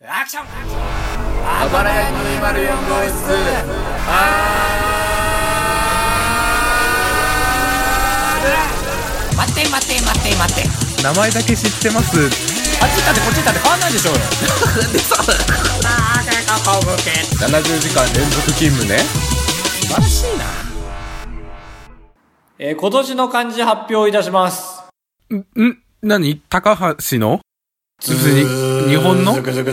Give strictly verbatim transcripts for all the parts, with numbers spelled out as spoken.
アクションあばらやにひゃくよん号室待って待って待って待って名前だけ知ってます。 あっち行ったってこっち行ったって変わんないでしょうよななじゅうじかん連続勤務ね。 素晴らしいな。えー、今年の漢字発表いたします。 んん何高橋の別に日本のどっち？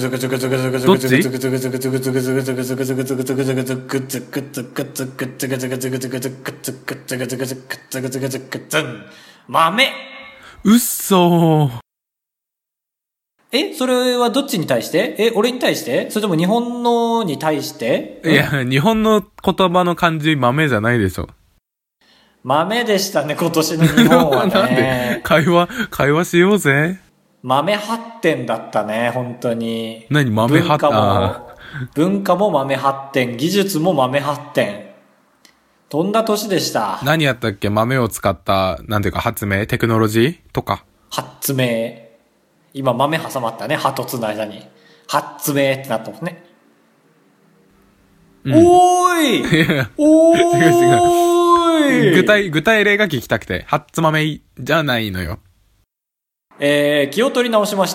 豆。 うっそー。 え、それはどっちに対して？え、俺に対して？それとも日本のに対して？ いや、日本の言葉の漢字豆じゃないでしょ。 豆でしたね、今年の日本はね。 なんで会話、会話しようぜ。 豆発展だったね、本当に。 何豆発展？ 文化も、文化も豆発展、技術も豆発展。とんだ年でした。 何やったっけ？豆を使った、なんていうか発明テクノロジーとか。 発明。今豆挟まったね、歯とつの間に。発明ってなったもんね。うん、おーいおーい違う違う。具体、具体例が聞きたくて、発豆じゃないのよ。 えー、気を取り直しまして、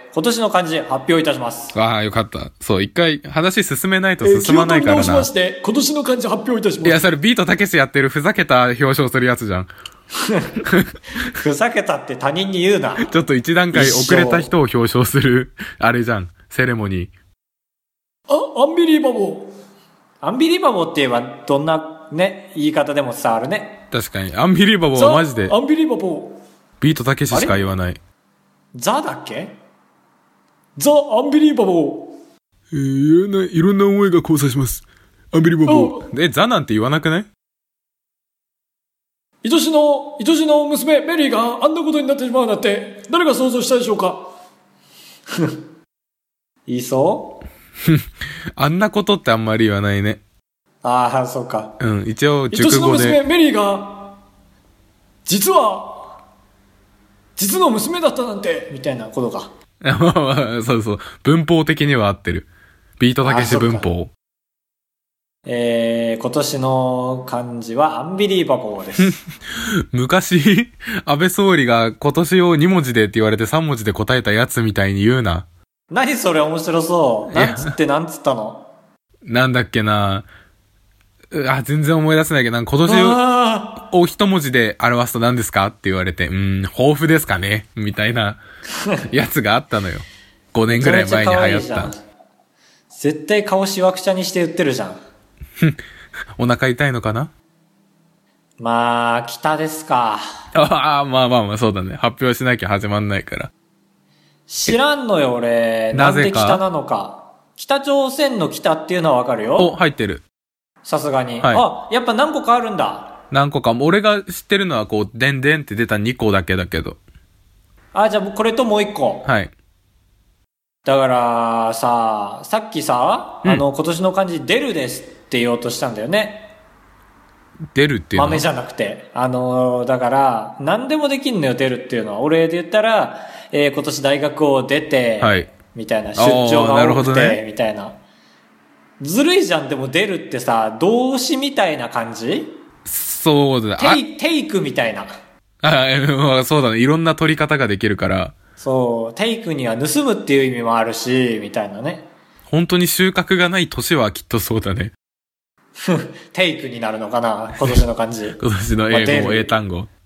今年の漢字発表いたします。 ああ、よかった。そう、一回話進めないと進まないからな。えー、気を取り直しまして、今年の漢字発表いたします。 いや、それビートたけしやってるふざけた表彰するやつじゃん。 ふざけたって他人に言うな。 ちょっと一段階遅れた人を表彰する、あれじゃん。セレモニー。 あ、アンビリーバボー。アンビリーバボーって言えば、どんなね、言い方でも伝わるね。 確かに。アンビリーバボーはマジで。 アンビリーバボー。 ビートたけししか言わない。 ザだっけ？ザ・アンビリーバボー。えー、いろんな、いろんな思いが交差します。アンビリーバボー。え、ザなんて言わなくない？ 愛しの、愛しの娘、メリーがあんなことになってしまうなんて、誰が想像したでしょうか？言いそうあんなことってあんまり言わないね。 ああ、そうか。 うん、一応、熟語で。 愛しの娘、メリーが、実は、実の娘だったなんて、みたいなことか。 そうそう。文法的には合ってる。ビートたけし文法。 えー、今年の漢字はアンビリーバボーです。 昔、安倍総理が今年をに文字でって言われてさん文字で答えたやつみたいに言うな。 何それ面白そう。なんつってなんつったの？ なんだっけなあ、全然思い出せないけど、なんか今年を一文字で表すと何ですかって言われて、うーん、豊富ですかねみたいなやつがあったのよ。ごねんぐらい前に流行った。 絶対顔しわくちゃにして売ってるじゃん。 お腹痛いのかな？ まあ、北ですか。 ああ、まあまあまあ、そうだね。発表しなきゃ始まんないから。 知らんのよ、俺。なんで北なのか。北朝鮮の北っていうのはわかるよ。 お、入ってる。 さすがに、 はい。 あ、やっぱ何個かあるんだ。 何個か。俺が知ってるのはこう、でんでんって出たにこだけだけど。 あ、じゃあこれともういっこ。 はい。 だからさ、さっきさ、うん、あの、今年の漢字出るですって言おうとしたんだよね。 出るっていうのは豆じゃなくて。あの、だから、何でもできんのよ、出るっていうのは。俺で言ったら、えー、今年大学を出て、 はい。 みたいな、出張が多くて、ね、みたいな。ずるいじゃん、でも出るってさ、動詞みたいな感じ？ そうだ。 テイ、テイクみたいな。 あ、そうだね。いろんな取り方ができるから。 そう、テイクには盗むっていう意味もあるし、みたいなね。 本当に収穫がない年はきっとそうだね。 テイクになるのかな、今年の漢字。 今年の英語、英単語。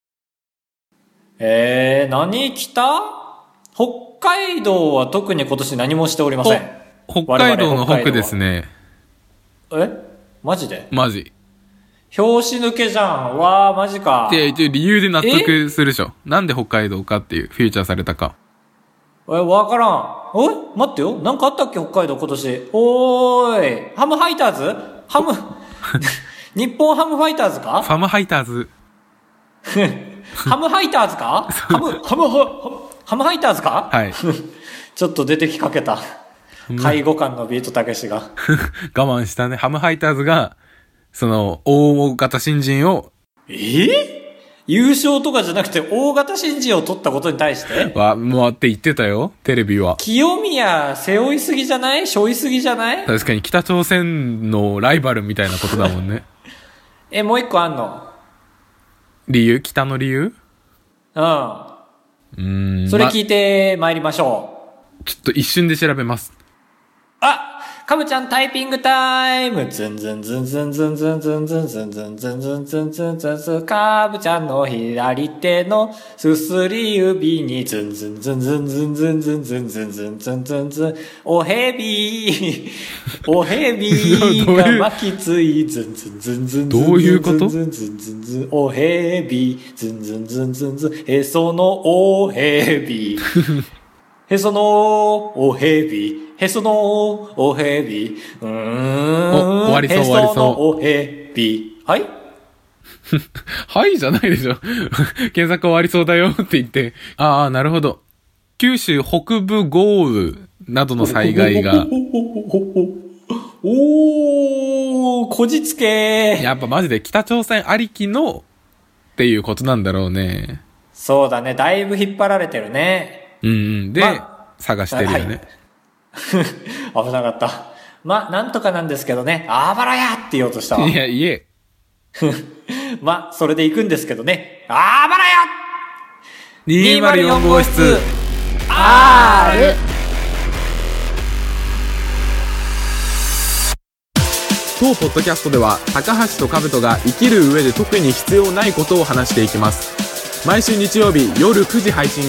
えー、何来た？北海道は特に今年何もしておりません。 北海道の北ですね。 え？マジで？ マジ。 表紙抜けじゃん。わー、マジか。 で、一応理由で納得するでしょ。なんで北海道かっていう、フィーチャーされたか。 え、わからん。え？待ってよ。なんかあったっけ北海道今年。おーい。ハムハイターズ？ハム、日本ハムファイターズか？ ファムハイターズ。 ハムハイターズか？ハム、ハム、ハム、ハムハイターズか？ はい。 ちょっと出てきかけた。介護官のビートたけしが。 我慢したね。ハムハイターズが、その、大型新人を。 えー、 優勝とかじゃなくて大型新人を取ったことに対してわ、もうって言ってたよ、テレビは。 清宮背負いすぎじゃない？背負いすぎじゃない？ 確かに北朝鮮のライバルみたいなことだもんね。 え、もう一個あんの？ 理由？北の理由？ うん。 うーん。 それ聞いて参りましょう。 ま、ちょっと一瞬で調べます。 あ、カムちゃんタイピングタイム。ズンズンズンズンズンズンズンズンズンズンズンズンズンズンズンズン。カムちゃんの左手のすすり指にズンズンズンズンズンズンズンズンズンズンズンズンズン。おへびおへびが巻きついズンズンズンズンズン。 どういうこと？ ズンズンズンズン。おへびズンズンズンズンズン。へそのおへびへそのおへびへそのおへびうーん終わりそう終わりそうへそのおへびはいはいじゃないでしょ。検索終わりそうだよって言って。ああ、なるほど。九州北部豪雨などの災害が。 おー、こじつけ。 やっぱマジで北朝鮮ありきのっていうことなんだろうね。 そうだね。だいぶ引っ張られてるね。 うんうん。で、 ま、 探してるよね。 はい、危なかった。ま、なんとかなんですけどね。あばらやって言おうとしたわ。 いや、いえ。 ま、それで行くんですけどね。あばらやにひゃくよん号室 R。 当ポッドキャストでは高橋と兜が生きる上で特に必要ないことを話していきます。毎週日曜日夜くじ配信。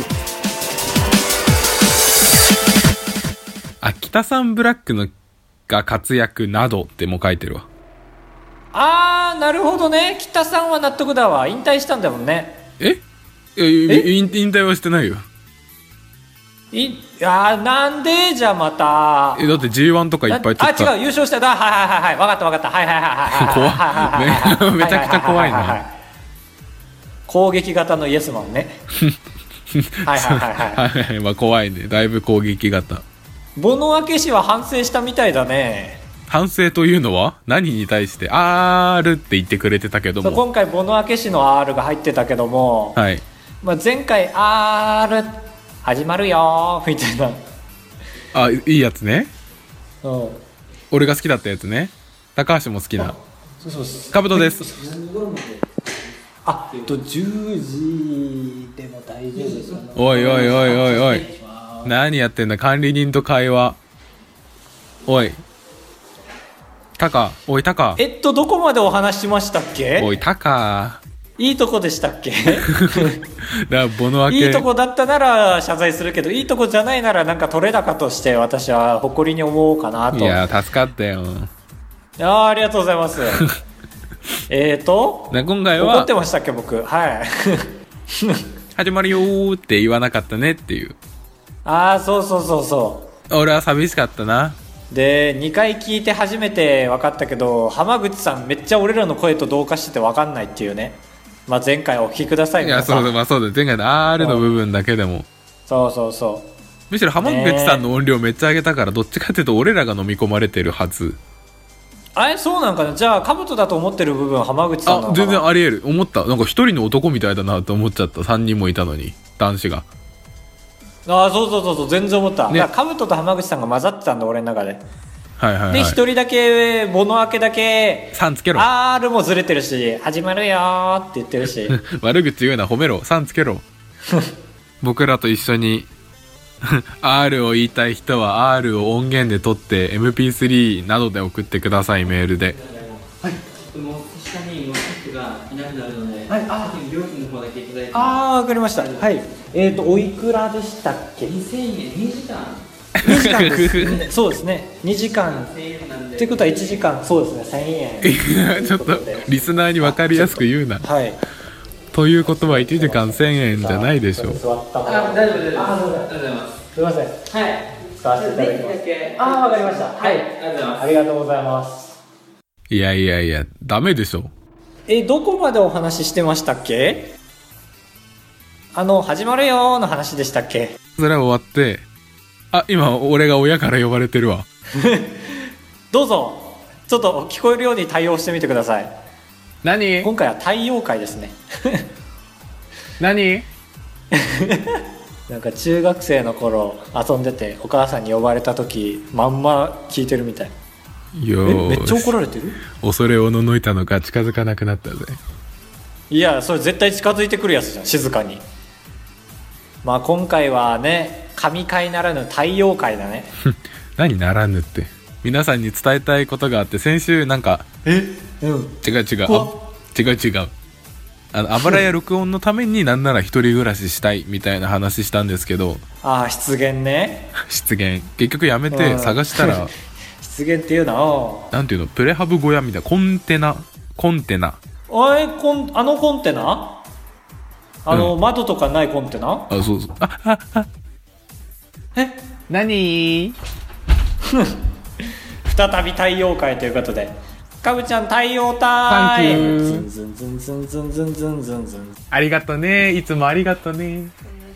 あ、北さんブラックのが活躍などってもう書いてるわ。 あー、なるほどね。北さんは納得だわ。引退したんだもんね。 ええ引退はしてないよ。 いやー、なんでじゃあまた。 え、だって ジーワン とかいっぱい取った。 あ、違う、優勝しただ。はいはいはいはい。わかったわかった。はいはいはいはい。 怖い。めちゃくちゃ怖いな。 攻撃型のイエスマンね。はいはいはいはい。 はいはい、まあ怖いね。だいぶ攻撃型。 ボノアケ氏は反省したみたいだね。 反省というのは何に対して R って言ってくれてたけども、 今回ボノアケ氏の R が入ってたけども、 はい、 まあ、前回 R 始まるよみたいな。 あ、いいやつね。 うん、 俺が好きだったやつね。高橋も好きな。 そうそうそう。 カブトです。 あ、えっとじゅうじでも大丈夫ですか？ おいおいおいおいおい、何やってんだ管理人と会話。おいタカ、おいタカ。 えっとどこまでお話しましたっけ？ おいタカ、 いいとこでしたっけ？ だからボノアケいいとこだったなら謝罪するけど、いいとこじゃないならなんか取れ高として私は誇りに思おうかなと。 いや助かったよ。 あ, ありがとうございます。えーと今回は怒ってましたっけ僕。はい始まるよーって言わなかったねっていう。 ああ、そうそうそうそう。 俺は寂しかったな。 でにかい聞いて初めて分かったけど、浜口さんめっちゃ俺らの声と同化してて分かんないっていうね。まあ、前回お聞きください。 いやそうだ、まあ、そうだ、前回の R の部分だけでも、 そうそうそう。 むしろ浜口さんの音量めっちゃ上げたから、どっちかっていうと俺らが飲み込まれてるはず。 あれそうなんかな。じゃあ兜だと思ってる部分は浜口さんなのかな。 あ、全然ありえる。思った。なんか一人の男みたいだなと思っちゃった。さんにんもいたのに男子が。 ああ、そうそうそうそう、全然思った、 ね、 だから兜と浜口さんが混ざってたんだ俺の中で。 はいはいはい。 で一人だけボノアケだけさんつけろ。 R もずれてるし始まるよーって言ってるし悪口言うな、褒めろ。さんつけろ僕らと一緒にR を言いたい人は R を音源で撮って エムピースリー などで送ってください。メールで。 はい、もう下にスタッフがいなくなるので、はい、あー、料金の方だけいただいて。 あー、わかりました。はい。えーとおいくらでしたっけ？ にせんえん、にじかんにじかんですそうですね、にじかんってことはいちじかん、そうですね、せんえんちょっとリスナーに分かりやすく言うな。 はい。 ということはいちじかんせんえんじゃないでしょ。 あ、大丈夫です。あ、ありがとうございます。 すいません。 はい、 使わせていただきます。あー、わかりました。はい、ありがとうございます。 いやいやいや、ダメでしょ。 え、どこまでお話ししてましたっけ？あの始まるよーの話でしたっけ？ それは終わって、あ、今俺が親から呼ばれてるわどうぞちょっと聞こえるように対応してみてください。 何？ 今回は太陽会ですね何なんか中学生の頃遊んでてお母さんに呼ばれた時まんま聞いてるみたい。 よーえめっちゃ怒られてる。 恐れおののいたのか近づかなくなったぜ。 いやそれ絶対近づいてくるやつじゃん、静かに。まあ今回はね神回ならぬ太陽回だね。 何ならぬって。皆さんに伝えたいことがあって、先週なんかえうん違う違うあ違う違うあのあばらや録音のためになんなら一人暮らししたいみたいな話したんですけど、 ああ失言ね。 失言結局やめて探したら失言っていうのなんていうのプレハブ小屋みたいなコンテナコンテナおいコンあのコンテナあの、うん、窓とかないコンテナ。 あそうそうあああえ何再び太陽会ということで、かぶちゃん太陽タイム。ズンズンズンズンズンズンズンズンズン。 ありがとね、いつもありがとね。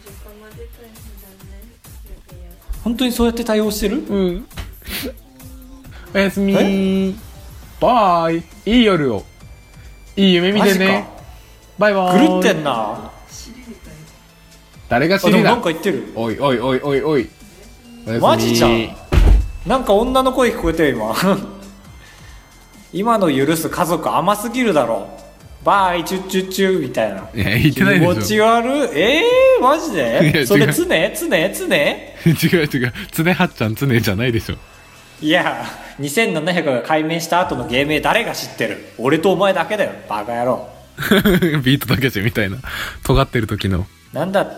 本当にそうやって対応してる？ うん。おやすみ。バイ。いい夜を。いい夢見てね。バイバイ。 狂ってんな。 誰が知りだ。 なんか言ってる。 おいおいおいおいおい。 マジじゃん。なんか女の声聞こえてる今。今の許す家族甘すぎるだろ。バイチュッチュッチュみたいな。 いや言ってないでしょ。 気持ち悪い。えー、マジで？それつねつねつね？ 違う違う。つねはっちゃんつねじゃないでしょ。 いやにせんななひゃくが解明した後の芸名誰が知ってる？俺とお前だけだよバカ野郎。 ビートたけしみたいな尖ってる時の。 なんだって？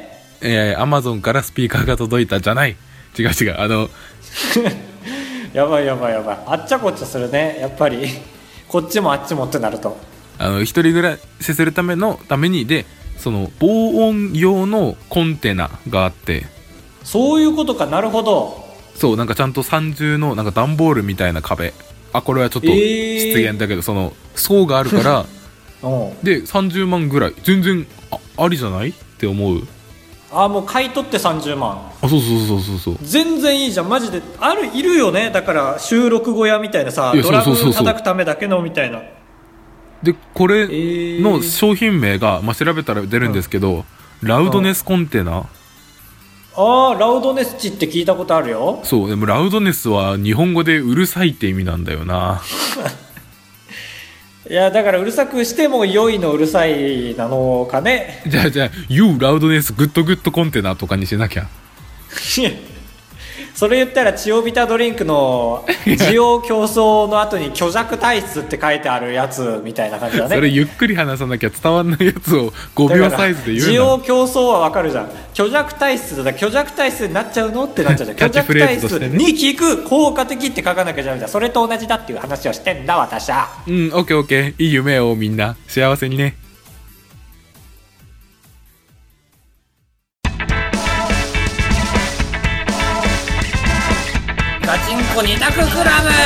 えー、アマゾンからスピーカーが届いたじゃない。違う違うあのやばいやばいやばい、あっちゃこっちゃするねやっぱり。こっちもあっちもってなると、 あの一人暮らしするためのためにで、その防音用のコンテナがあって。 そういうことか。なるほど。 そうなんかちゃんと三重のなんか段ボールみたいな壁、あこれはちょっと失言だけど、えー、その層があるからでさんじゅうまんぐらい、全然 あ, ありじゃないって思う。 あもう買い取ってさんじゅうまん。 あそうそうそうそうそう、 全然いいじゃんマジで。あるいるよね、だから収録小屋みたいなさ、ドラム叩くためだけのみたいな。 でこれの商品名が、まあ、調べたら出るんですけど、うん、ラウドネスコンテナ。 ああラウドネス値って聞いたことあるよ。 そうでもラウドネスは日本語でうるさいって意味なんだよな。 いやだからうるさくしても良いのうるさいなのかね。 じゃあじゃあ You loudness good good コンテナとかにしなきゃ。 それ言ったらチオビタドリンクの需要競争の後に虚弱体質って書いてあるやつみたいな感じだね。 それゆっくり話さなきゃ伝わんないやつをごびょうサイズで言うの。 需要競争はわかるじゃん。虚弱体質だ、虚弱体質になっちゃうのってなっちゃうじゃん。虚弱体質に効く効果的って書かなきゃじゃんじゃん。それと同じだっていう話をしてんだ私は。 うんオッケーオッケー、いい夢をみんな幸せにね。 ガチンコ二択クラブ。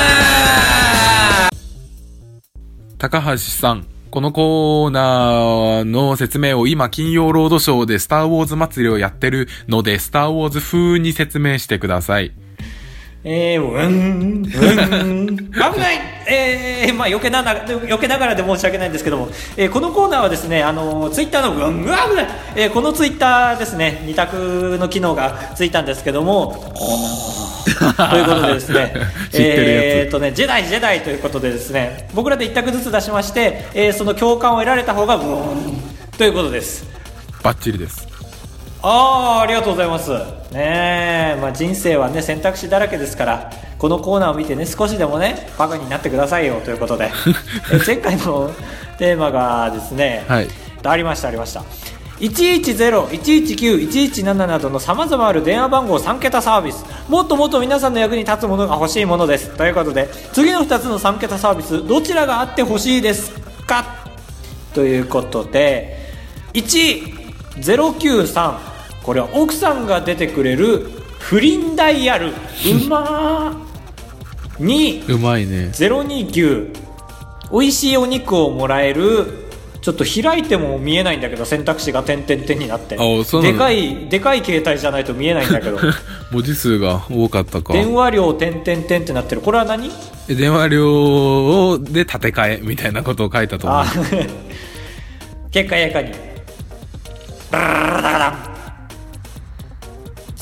高橋さん、このコーナーの説明を今金曜ロードショーでスターウォーズ祭りをやってるので、スターウォーズ風に説明してください。 えー、うん、うん、危ない。えー、まあ、避けながら、避けながらで申し訳ないんですけども、えー、このコーナーはですね、あの、ツイッターの、うん、うわ、危ない。えー、このツイッターですね、二択の機能がついたんですけども、ということでですね、えー、っとね、ジェダイ、ジェダイということでですね、僕らで一択ずつ出しまして、えー、その共感を得られた方が、うん、ということです。 バッチリです。 あー、ありがとうございますね。え、まあ、人生はね選択肢だらけですから、このコーナーを見てね少しでもねバカになってくださいよということでえ前回のテーマがですね、はい、ありましたありましたいちいちゼロ、いちいちきゅう、いちいちなななどのさまざまある電話番号さん桁サービス、もっともっと皆さんの役に立つものが欲しいものですということで、次のふたつのさん桁サービスどちらがあって欲しいですかということで、いちゼロきゅうさん、これは奥さんが出てくれる不倫ダイヤル、うまー。にうまいね。 ゼロにきゅう、美味しいお肉をもらえる、ちょっと開いても見えないんだけど選択肢が点々点になって、でかいでかい携帯じゃないと見えないんだけど文字数が多かったか。 電話料点々点ってなってる。これは何？ 電話料で立て替えみたいなことを書いたと思う。 結果やかに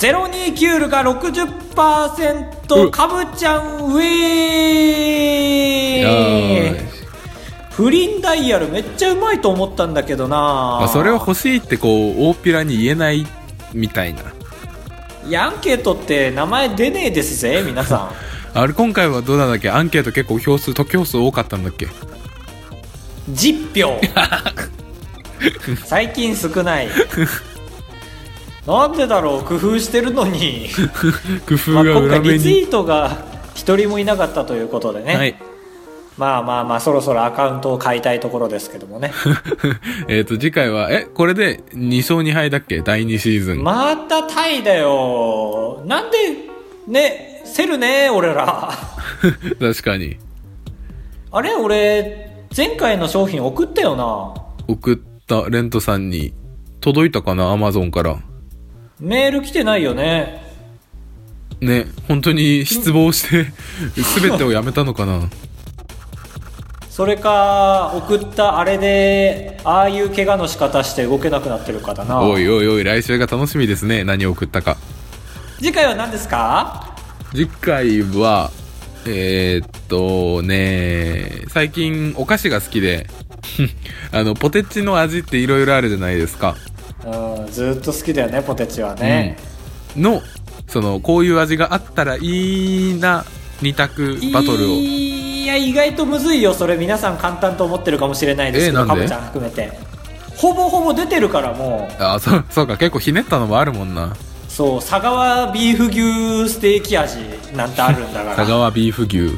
ゼロにきゅうルが ろくじゅっパーセント、かぶちゃんウィーン。不倫ダイヤルめっちゃうまいと思ったんだけどな、 まあ、それを欲しいってこう大っぴらに言えないみたいな。 いやアンケートって名前出ねえですぜ皆さんあれ今回はどうなんだっけ、アンケート結構票数得票数多かったんだっけ。 じゅっぴょう最近少ないなんでだろう、工夫してるのに工夫が裏目に、まあ、 今回リツイートが一人もいなかったということでね、はい、まあまあまあそろそろアカウントを買いたいところですけどもねえっと次回はえこれでに勝に敗だっけ、だいにシーズン。 またタイだよ、なんでねセルね俺ら確かに。 あれ俺前回の商品送ったよな。 送った。レントさんに届いたかな、アマゾンから。 メール来てないよね。 ね、本当に失望して全てをやめたのかなそれか送ったあれでああいう怪我の仕方して動けなくなってるかだな。 おいおいおい、来週が楽しみですね、何を送ったか。 次回は何ですか？ 次回はえー、っとね最近お菓子が好きであのポテチの味っていろいろあるじゃないですか。 うん、ずっと好きだよねポテチはね、 うん、のそのこういう味があったらいいなに択バトルを。 いや意外とむずいよそれ。皆さん簡単と思ってるかもしれないですけど、かぶちゃん含めてほぼほぼ出てるからもう。 あ、そうそうか、結構ひねったのもあるもんな。 そう、佐川ビーフ牛ステーキ味なんてあるんだから佐川ビーフ牛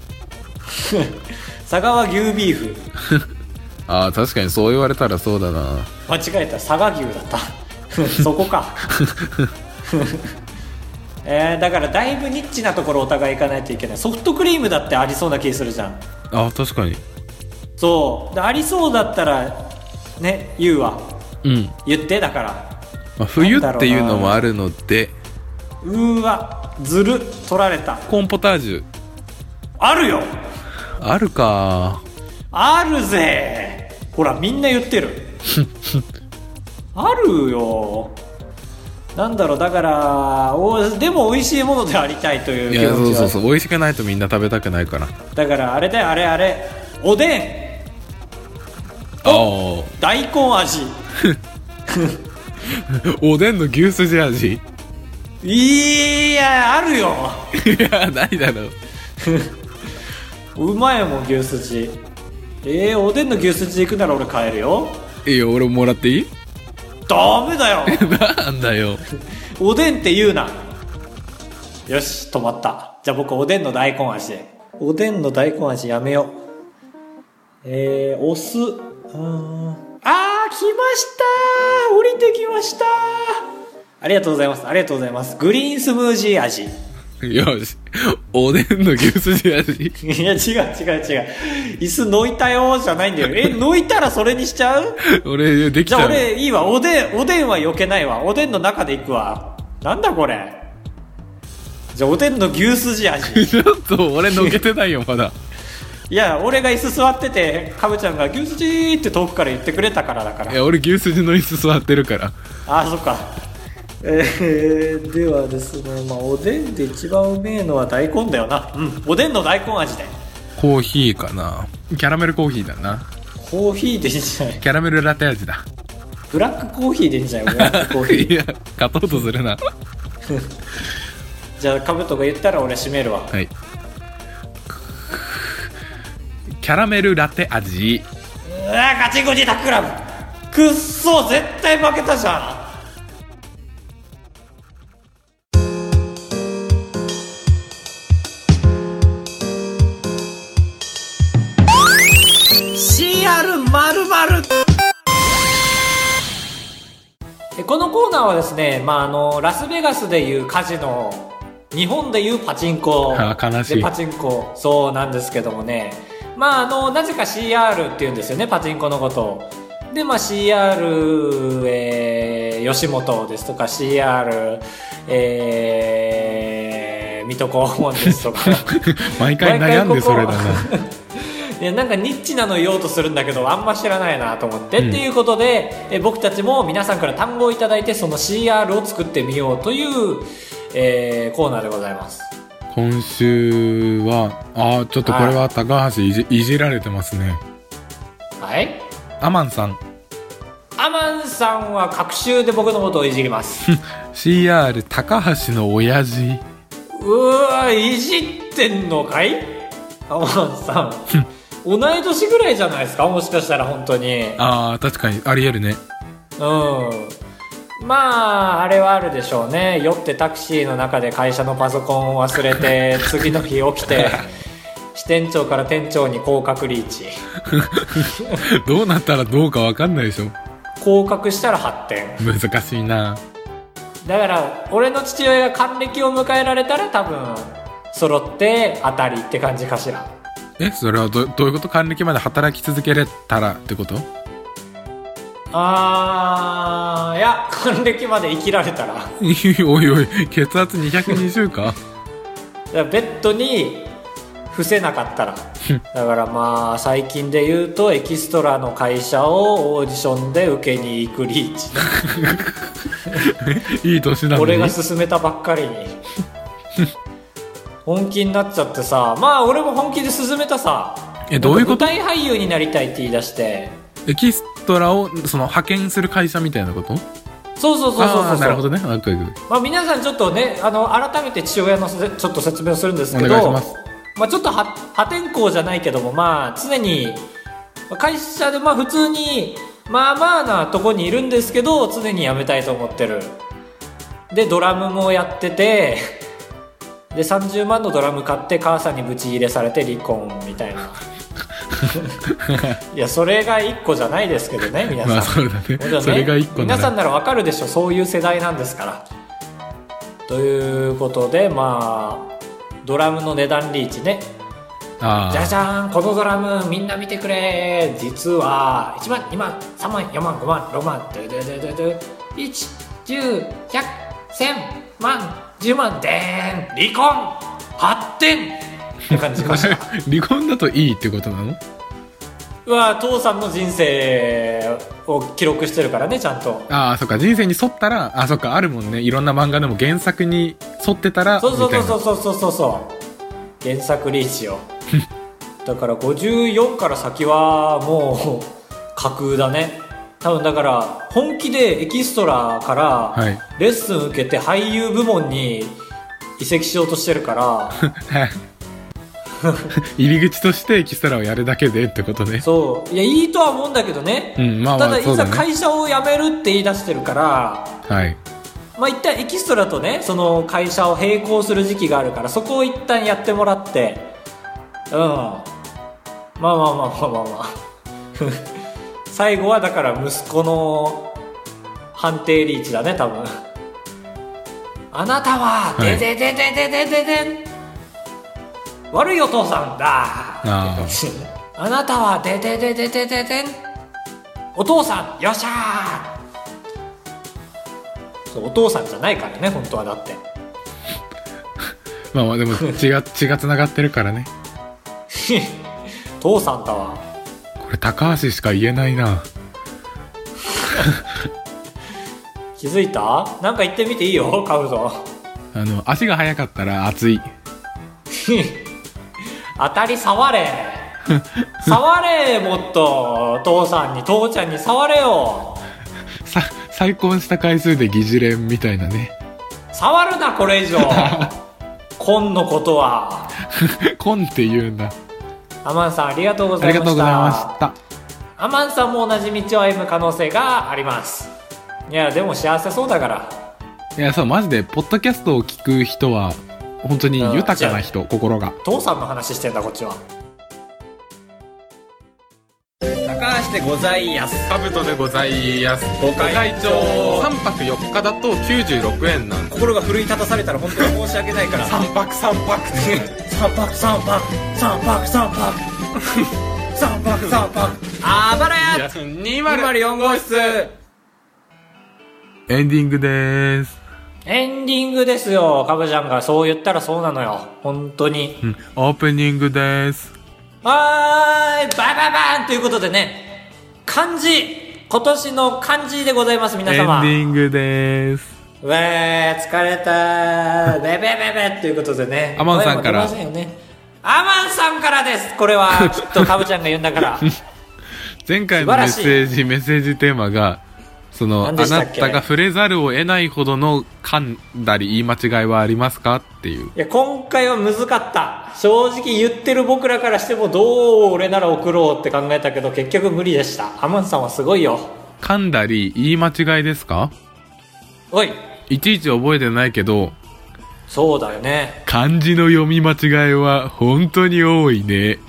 佐川牛ビーフああ確かにそう言われたらそうだな。 間違えた、佐賀牛だったそこかえー、だからだいぶニッチなところお互い行かないといけない。ソフトクリームだってありそうな気するじゃん。 あ確かにそうありそうだったらね言うわ、 うん、 言ってだから、 まあ、冬っていうのもあるので。 うーわずる取られた。 コーンポタージュあるよ。 あるか。 あるぜ、ほらみんな言ってるあるよ。なんだろう、だからおでも美味しいものでありたいという気持ちは。いやそうそうそう、美味しくないとみんな食べたくないから。 だからあれだよ、あれあれおでん。 あ大根味おでんの牛すじ味。 いやあるよいやないだろうまいもん牛すじ。えー、おでんの牛すじ行くなら俺買えるよ。 いいよ、俺もらっていい？ ダメだよなんだよおでんって言うな。よし止まった。じゃあ僕おでんの大根味で。おでんの大根味やめよう。えー、お酢。うーん、あー来ましたー、降りてきましたー。ありがとうございます、ありがとうございます。グリーンスムージー味。 よし、おでんの牛すじ味。 いや違う違う違う、椅子のいたよじゃないんだよ。えのいたらそれにしちゃう？ 俺できちゃう。 じゃあ俺いいわ、おでんおでんは避けないわ。おでんの中でいくわ。なんだこれ。じゃあおでんの牛すじ味。 ちょっと俺のけてないよまだいや俺が椅子座っててかぶちゃんが牛すじーって遠くから言ってくれたからだから。 いや俺牛すじの椅子座ってるから。 ああそっか。えー、ではですね、まあ、おでんで一番うめえのは大根だよな。うんおでんの大根味で。 コーヒーかな。キャラメルコーヒーだな。 コーヒーでいいんじゃない？ キャラメルラテ味だ。 ブラックコーヒーでいいんじゃない？ブラックコーヒーいや勝とうとするなじゃあカブトが言ったら俺閉めるわ。 はい。キャラメルラテ味。 うわガチンコジタックラブ。くっそ絶対負けたじゃん。シーアールまるまる。このコーナーはですね、まあ、あのラスベガスでいうカジノ、日本でいうパチンコ悲しいでパチンコそうなんですけどもね、まあ、あのなぜか シーアール っていうんですよね、パチンコのことを。で、まあ、シーアール、えー、吉本ですとか シーアール、えー、水戸黄門ですとか毎回悩んでそれだないやなんかニッチなの言おうとするんだけどあんま知らないなと思って、うん、っていうことでえ僕たちも皆さんから単語をいただいてその シーアール を作ってみようという、えー、コーナーでございます。 今週はあちょっとこれは高橋い じ, いじられてますね。 はい、 アマンさんアマンさんは隔週で僕のことをいじります。 シーアール 高橋の親父。 うわいじってんのかいアマンさん。同い年ぐらいじゃないですかもしかしたら本当に。 ああ確かにありえるね。 うんまああれはあるでしょうね。酔ってタクシーの中で会社のパソコンを忘れて次の日起きて支店長から店長に降格リーチ。 どうなったらどうか分かんないでしょ。 降格したら発展。 難しいな。 だから俺の父親が還暦を迎えられたら多分揃って当たりって感じかしら。 えそれは ど, どういうこと？還暦まで働き続けれたらってこと？ あーいや還暦まで生きられたら。 おいおい血圧にひゃくにじゅうか？ だからベッドに伏せなかったらだからまあ最近で言うとエキストラの会社をオーディションで受けに行くリーチ、 ね、いい年なのに俺が勧めたばっかりに本気になっちゃってさ。まあ俺も本気で勧めたさ。 えどういうこと？ 舞台俳優になりたいって言い出してエキストラをその派遣する会社みたいなこと？ そうそうそうそうそう。 なるほどね。 まあ皆さんちょっとねあの改めて父親のちょっと説明をするんですけど、 お願いします。 まあ、ちょっと破天荒じゃないけどもまあ常に会社でまあ普通にまあまあなとこにいるんですけど常に辞めたいと思ってる。でドラムもやっててでさんじゅうまんのドラム買って母さんにブチ入れされて離婚みたいな。いやそれがいっこじゃないですけどね皆さん。 まあそうだね。それがいっこなら皆さんならわかるでしょ。そういう世代なんですから。ということでまあドラムの値段リーチね。 あじゃじゃーんこのドラムみんな見てくれ。実はいちまんにまんさんまんよんまんごまんろくまんドゥドゥドゥドゥドゥいち、じゅう、ひゃく、せんまんじゅうまんでーん離婚発展って感じかしら。 離婚だといいってことなの？ うわ父さんの人生を記録してるからねちゃんと。 ああそっか人生に沿ったらあそっかあるもんね。いろんな漫画でも原作に沿ってたらそうそうそうそうそうそうそう原作リーチよ。だからごじゅうよんから先はもう架空だね多分。だから本気でエキストラからレッスン受けて俳優部門に移籍しようとしてるから入り口としてエキストラをやるだけでってことね。 そういやいいとは思うんだけどね、 うんまあまあ、 ただいざ会社を辞めるって言い出してるから、 はいまあ一旦エキストラとねその会社を並行する時期があるからそこを一旦やってもらってうんまあまあまあまあまあまあ最後はだから息子の判定リーチだね多分。あなたはででででででででん悪いお父さんだあ, あなたはでででででででんお父さんよっしゃー。そうお父さんじゃないからね本当はだってまあまあでも血が血がつながってるからね。 父さんだわ。 これ高橋しか言えないな。 気づいた？なんか言ってみていいよカブト。 あの足が速かったら熱い。 当たり触れ触れもっと父さんに父ちゃんに触れよ。 さ再婚した回数で疑似恋みたいなね。 触るなこれ以上。婚のことは。 婚って言うんだ。 アマンさんありがとうございました。 ありがとうございました。 アマンさんも同じ道を歩む可能性があります。いやでも幸せそうだから。 いやそうマジでポッドキャストを聞く人は本当に豊かな人、うん、心が。 父さんの話してんだこっちは。高橋でございやす。 カブトでございやす。ご会長さんぱくよっかだときゅうじゅうろくえんなんで。 心が奮い立たされたら本当に申し訳ないから。 さんぱくさんぱくさんぱくさんぱくさんぱくさんぱくさんぱくさんぱくあばらやにまるよん号室。 エンディングでーす。 エンディングですよ。カブちゃんがそう言ったらそうなのよ本当に、 うん、オープニングです。 オはーい、バイバイバーンということでね、漢字、今年の漢字でございます、皆様。 エンディングです。 うえー、疲れたー。ベベベベということでね。 アマンさんから。 声も出ませんよね。アマンさんからです。これは、きっとカブちゃんが言うんだから。 前回のメッセージ、メッセージテーマが、その、あなたが触れざるを得ないほどの噛んだり言い間違いはありますかっていう。 いや、今回は難かった。正直言ってる僕らからしても、どう俺なら送ろうって考えたけど、結局無理でした。アマンさんはすごいよ。 噛んだり言い間違いですか？ おい。 いちいち覚えてないけど、 そうだよね。 漢字の読み間違いは本当に多いね。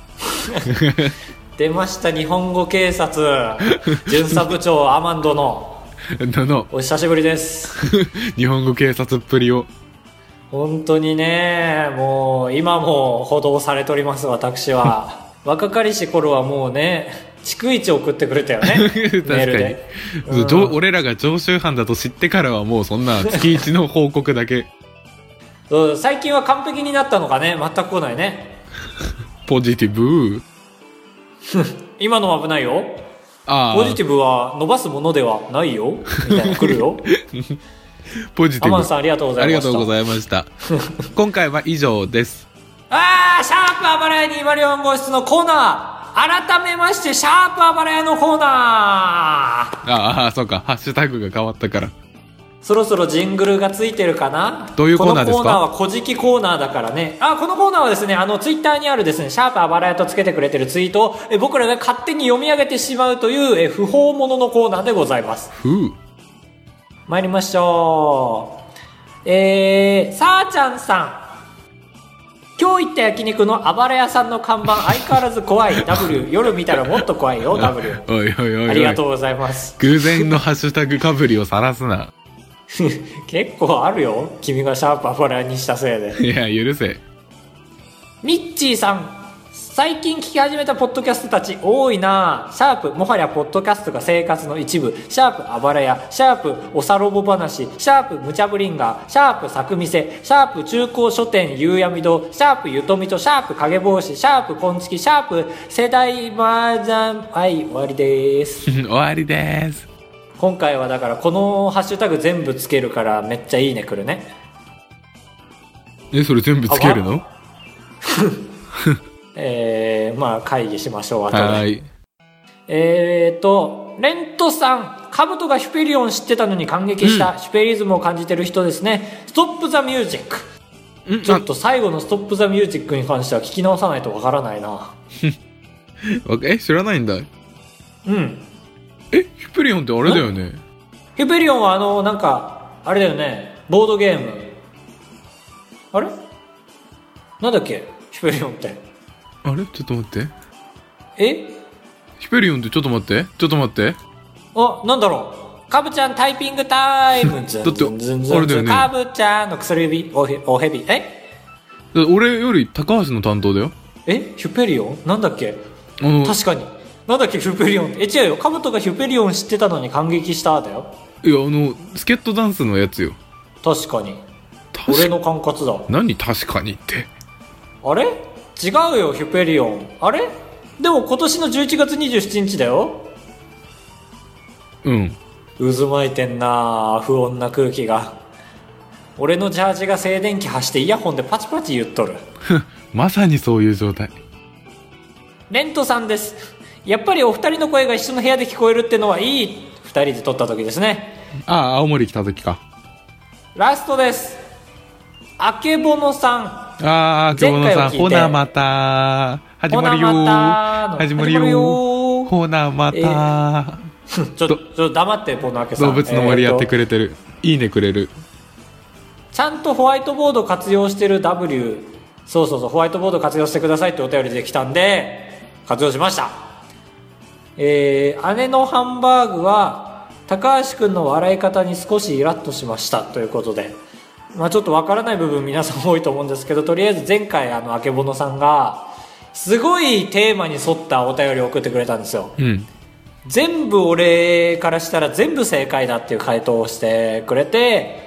出ました、日本語警察巡査部長アマンドのののお久しぶりです。 日本語警察っぷりを本当にね、もう今も補導されております。私は若かりし頃はもうね、逐一送ってくれたよね。確かにメールで、 うん、俺らが常習犯だと知ってからはもうそんな月一の報告だけ。 そう、最近は完璧になったのかね。全く来ないね。 ポジティブ。 今のは危ないよ。 あ、 ポジティブは伸ばすものではないよみたいな来るよ。 ポジティブ。 アマンさんありがとうございました。 ありがとうございました。今回は以上です。 あー、シャープあばらやにひゃくよん号室のコーナー、改めましてシャープあばらやのコーナー。 ああ、そうか、ハッシュタグが変わったから。 そろそろジングルがついてるかな。 どういうコーナーですか？ このコーナーは古事記コーナーだからね。あ、このコーナーはですね、あのツイッターにあるですね、シャープあばらやとつけてくれてるツイートをえ僕らが勝手に読み上げてしまうというえ不法者のコーナーでございます。 ふう。 参りましょう。えー、さーちゃんさん。今日行った焼肉のあばら屋さんの看板相変わらず怖い。 W 夜見たらもっと怖いよ。 W おいおいおいおい、 ありがとうございます。 偶然のハッシュタグかぶりを晒すな。 結構あるよ、君がシャープあばら屋にしたせいで。 いや許せ。 ミッチーさん、最近聞き始めたポッドキャストたち多いな。シャープもはやポッドキャストが生活の一部、シャープあばらや、シャープおさろぼ話、シャープムチャブリンガー、シャープさくみせ、シャープ中高書店夕闇堂、シャープゆとみと、シャープ影帽子、シャープこんちき、シャープ世代麻雀。はい、終わりです終わりです。 今回はだからこのハッシュタグ全部つけるからめっちゃいいね来るね。 え、それ全部つけるの？ えー、まあ会議しましょう後で。 はい。 えーとレントさん、カブトがヒュペリオン知ってたのに感激した、うん、ヒュペリズムを感じてる人ですね。ストップザミュージック、うん、ちょっと最後のストップザミュージックに関しては聞き直さないとわからないな。 え、知らないんだ。 うん。 え、ヒュペリオンってあれだよね。 ヒュペリオンはあのなんかあれだよね、ボードゲーム。あれなんだっけヒュペリオンって。 あれちょっと待って。 えヒュペリオンってちょっと待ってちょっと待って。 あ、なんだろう。カブちゃんタイピングタイム。だってあれだよね。 カブちゃんの薬指おへおへび。え俺より高橋の担当だよ。 えヒュペリオンなんだっけ。あの確かになんだっけヒュペリオン。え違うよ、カブトがヒュペリオン知ってたのに感激しただよ。 いや、あのスケットダンスのやつよ。 確かに俺の管轄だ。 何確かにって。 あれ違うよヒュペリオン。あれでも今年のじゅういちがつにじゅうしちにちだよ。 うん渦巻いてんな不穏な空気が。俺のジャージが静電気発してイヤホンでパチパチ言っとる。 まさにそういう状態。 レントさんです。やっぱりお二人の声が一緒の部屋で聞こえるってのはいい。二人で撮った時ですね。 ああ、青森来た時か。 ラストです。あけぼのさん。 ああ、あけぼのさん。ほなまた始まるよー。始まるよー。ほなまたー。 ちょっとちょっと黙ってポナーケさん。 動物の森やってくれてる、えー、いいねくれる。 ちゃんとホワイトボード活用してる W。 そうそうそう、ホワイトボード活用してくださいってお便りできたんで活用しました。えー、姉のハンバーグは高橋くんの笑い方に少しイラッとしましたということで、まあちょっとわからない部分皆さん多いと思うんですけど、とりあえず前回あのあけぼのさんがすごいテーマに沿ったお便りを送ってくれたんですよ、うん、全部俺からしたら全部正解だっていう回答をしてくれて、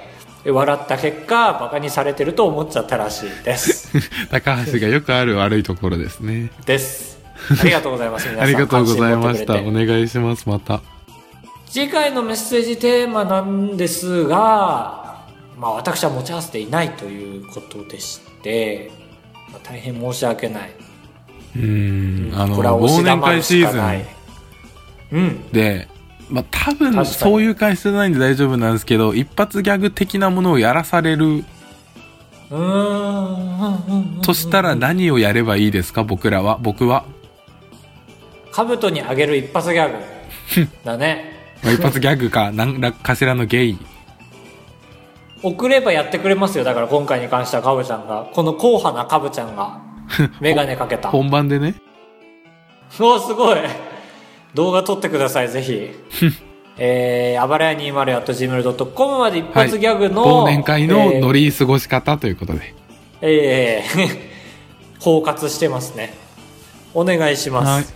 笑った結果バカにされてると思っちゃったらしいです高橋がよくある悪いところですね。 です。ありがとうございます皆さん。 ありがとうございました。お願いします。また次回のメッセージテーマなんですが、まあ私は持ち合わせていないということでして、まあ、大変申し訳ない。 うーん、あの忘年会シーズン、うん、で、まあ多分そういう会社じゃないんで大丈夫なんですけど、一発ギャグ的なものをやらされる。 うーん。 としたら何をやればいいですか？僕らは、僕は。 兜にあげる一発ギャグだね。 一発ギャグか何らかしらのゲイ。 送ればやってくれますよ。だから今回に関してはカブちゃんが、この硬派なカブちゃんがメガネかけた本番でね。 おすごい。動画撮ってくださいぜひえー、あばらや にじゅう アットジーメール ドットコム まで一発ギャグの、 はい、忘年会の乗り過ごし方ということで、 えー、えー、包括してますね。お願いします、はい、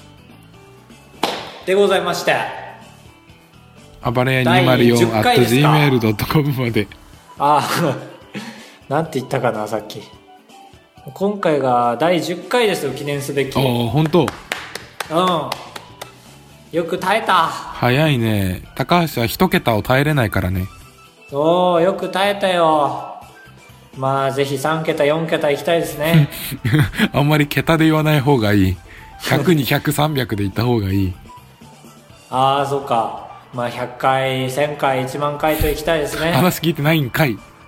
でございまして、 あばらや にじゅうよん アットジーメール ドットコム まで。 ああなんて言ったかなさっき。今回がだいじゅっかいですよ、記念すべき。 ああ本当。 うんよく耐えた。 早いね。高橋は一桁を耐えれないからね。 おーよく耐えたよ。まあぜひさんけたよんけたいきたいですねあんまり桁で言わない方がいい。ひゃくにひゃくさんびゃくで言った方がいい。 ああそうか。まあひゃっかいせんかいいちまんかいといきたいですね。 話聞いてないんかい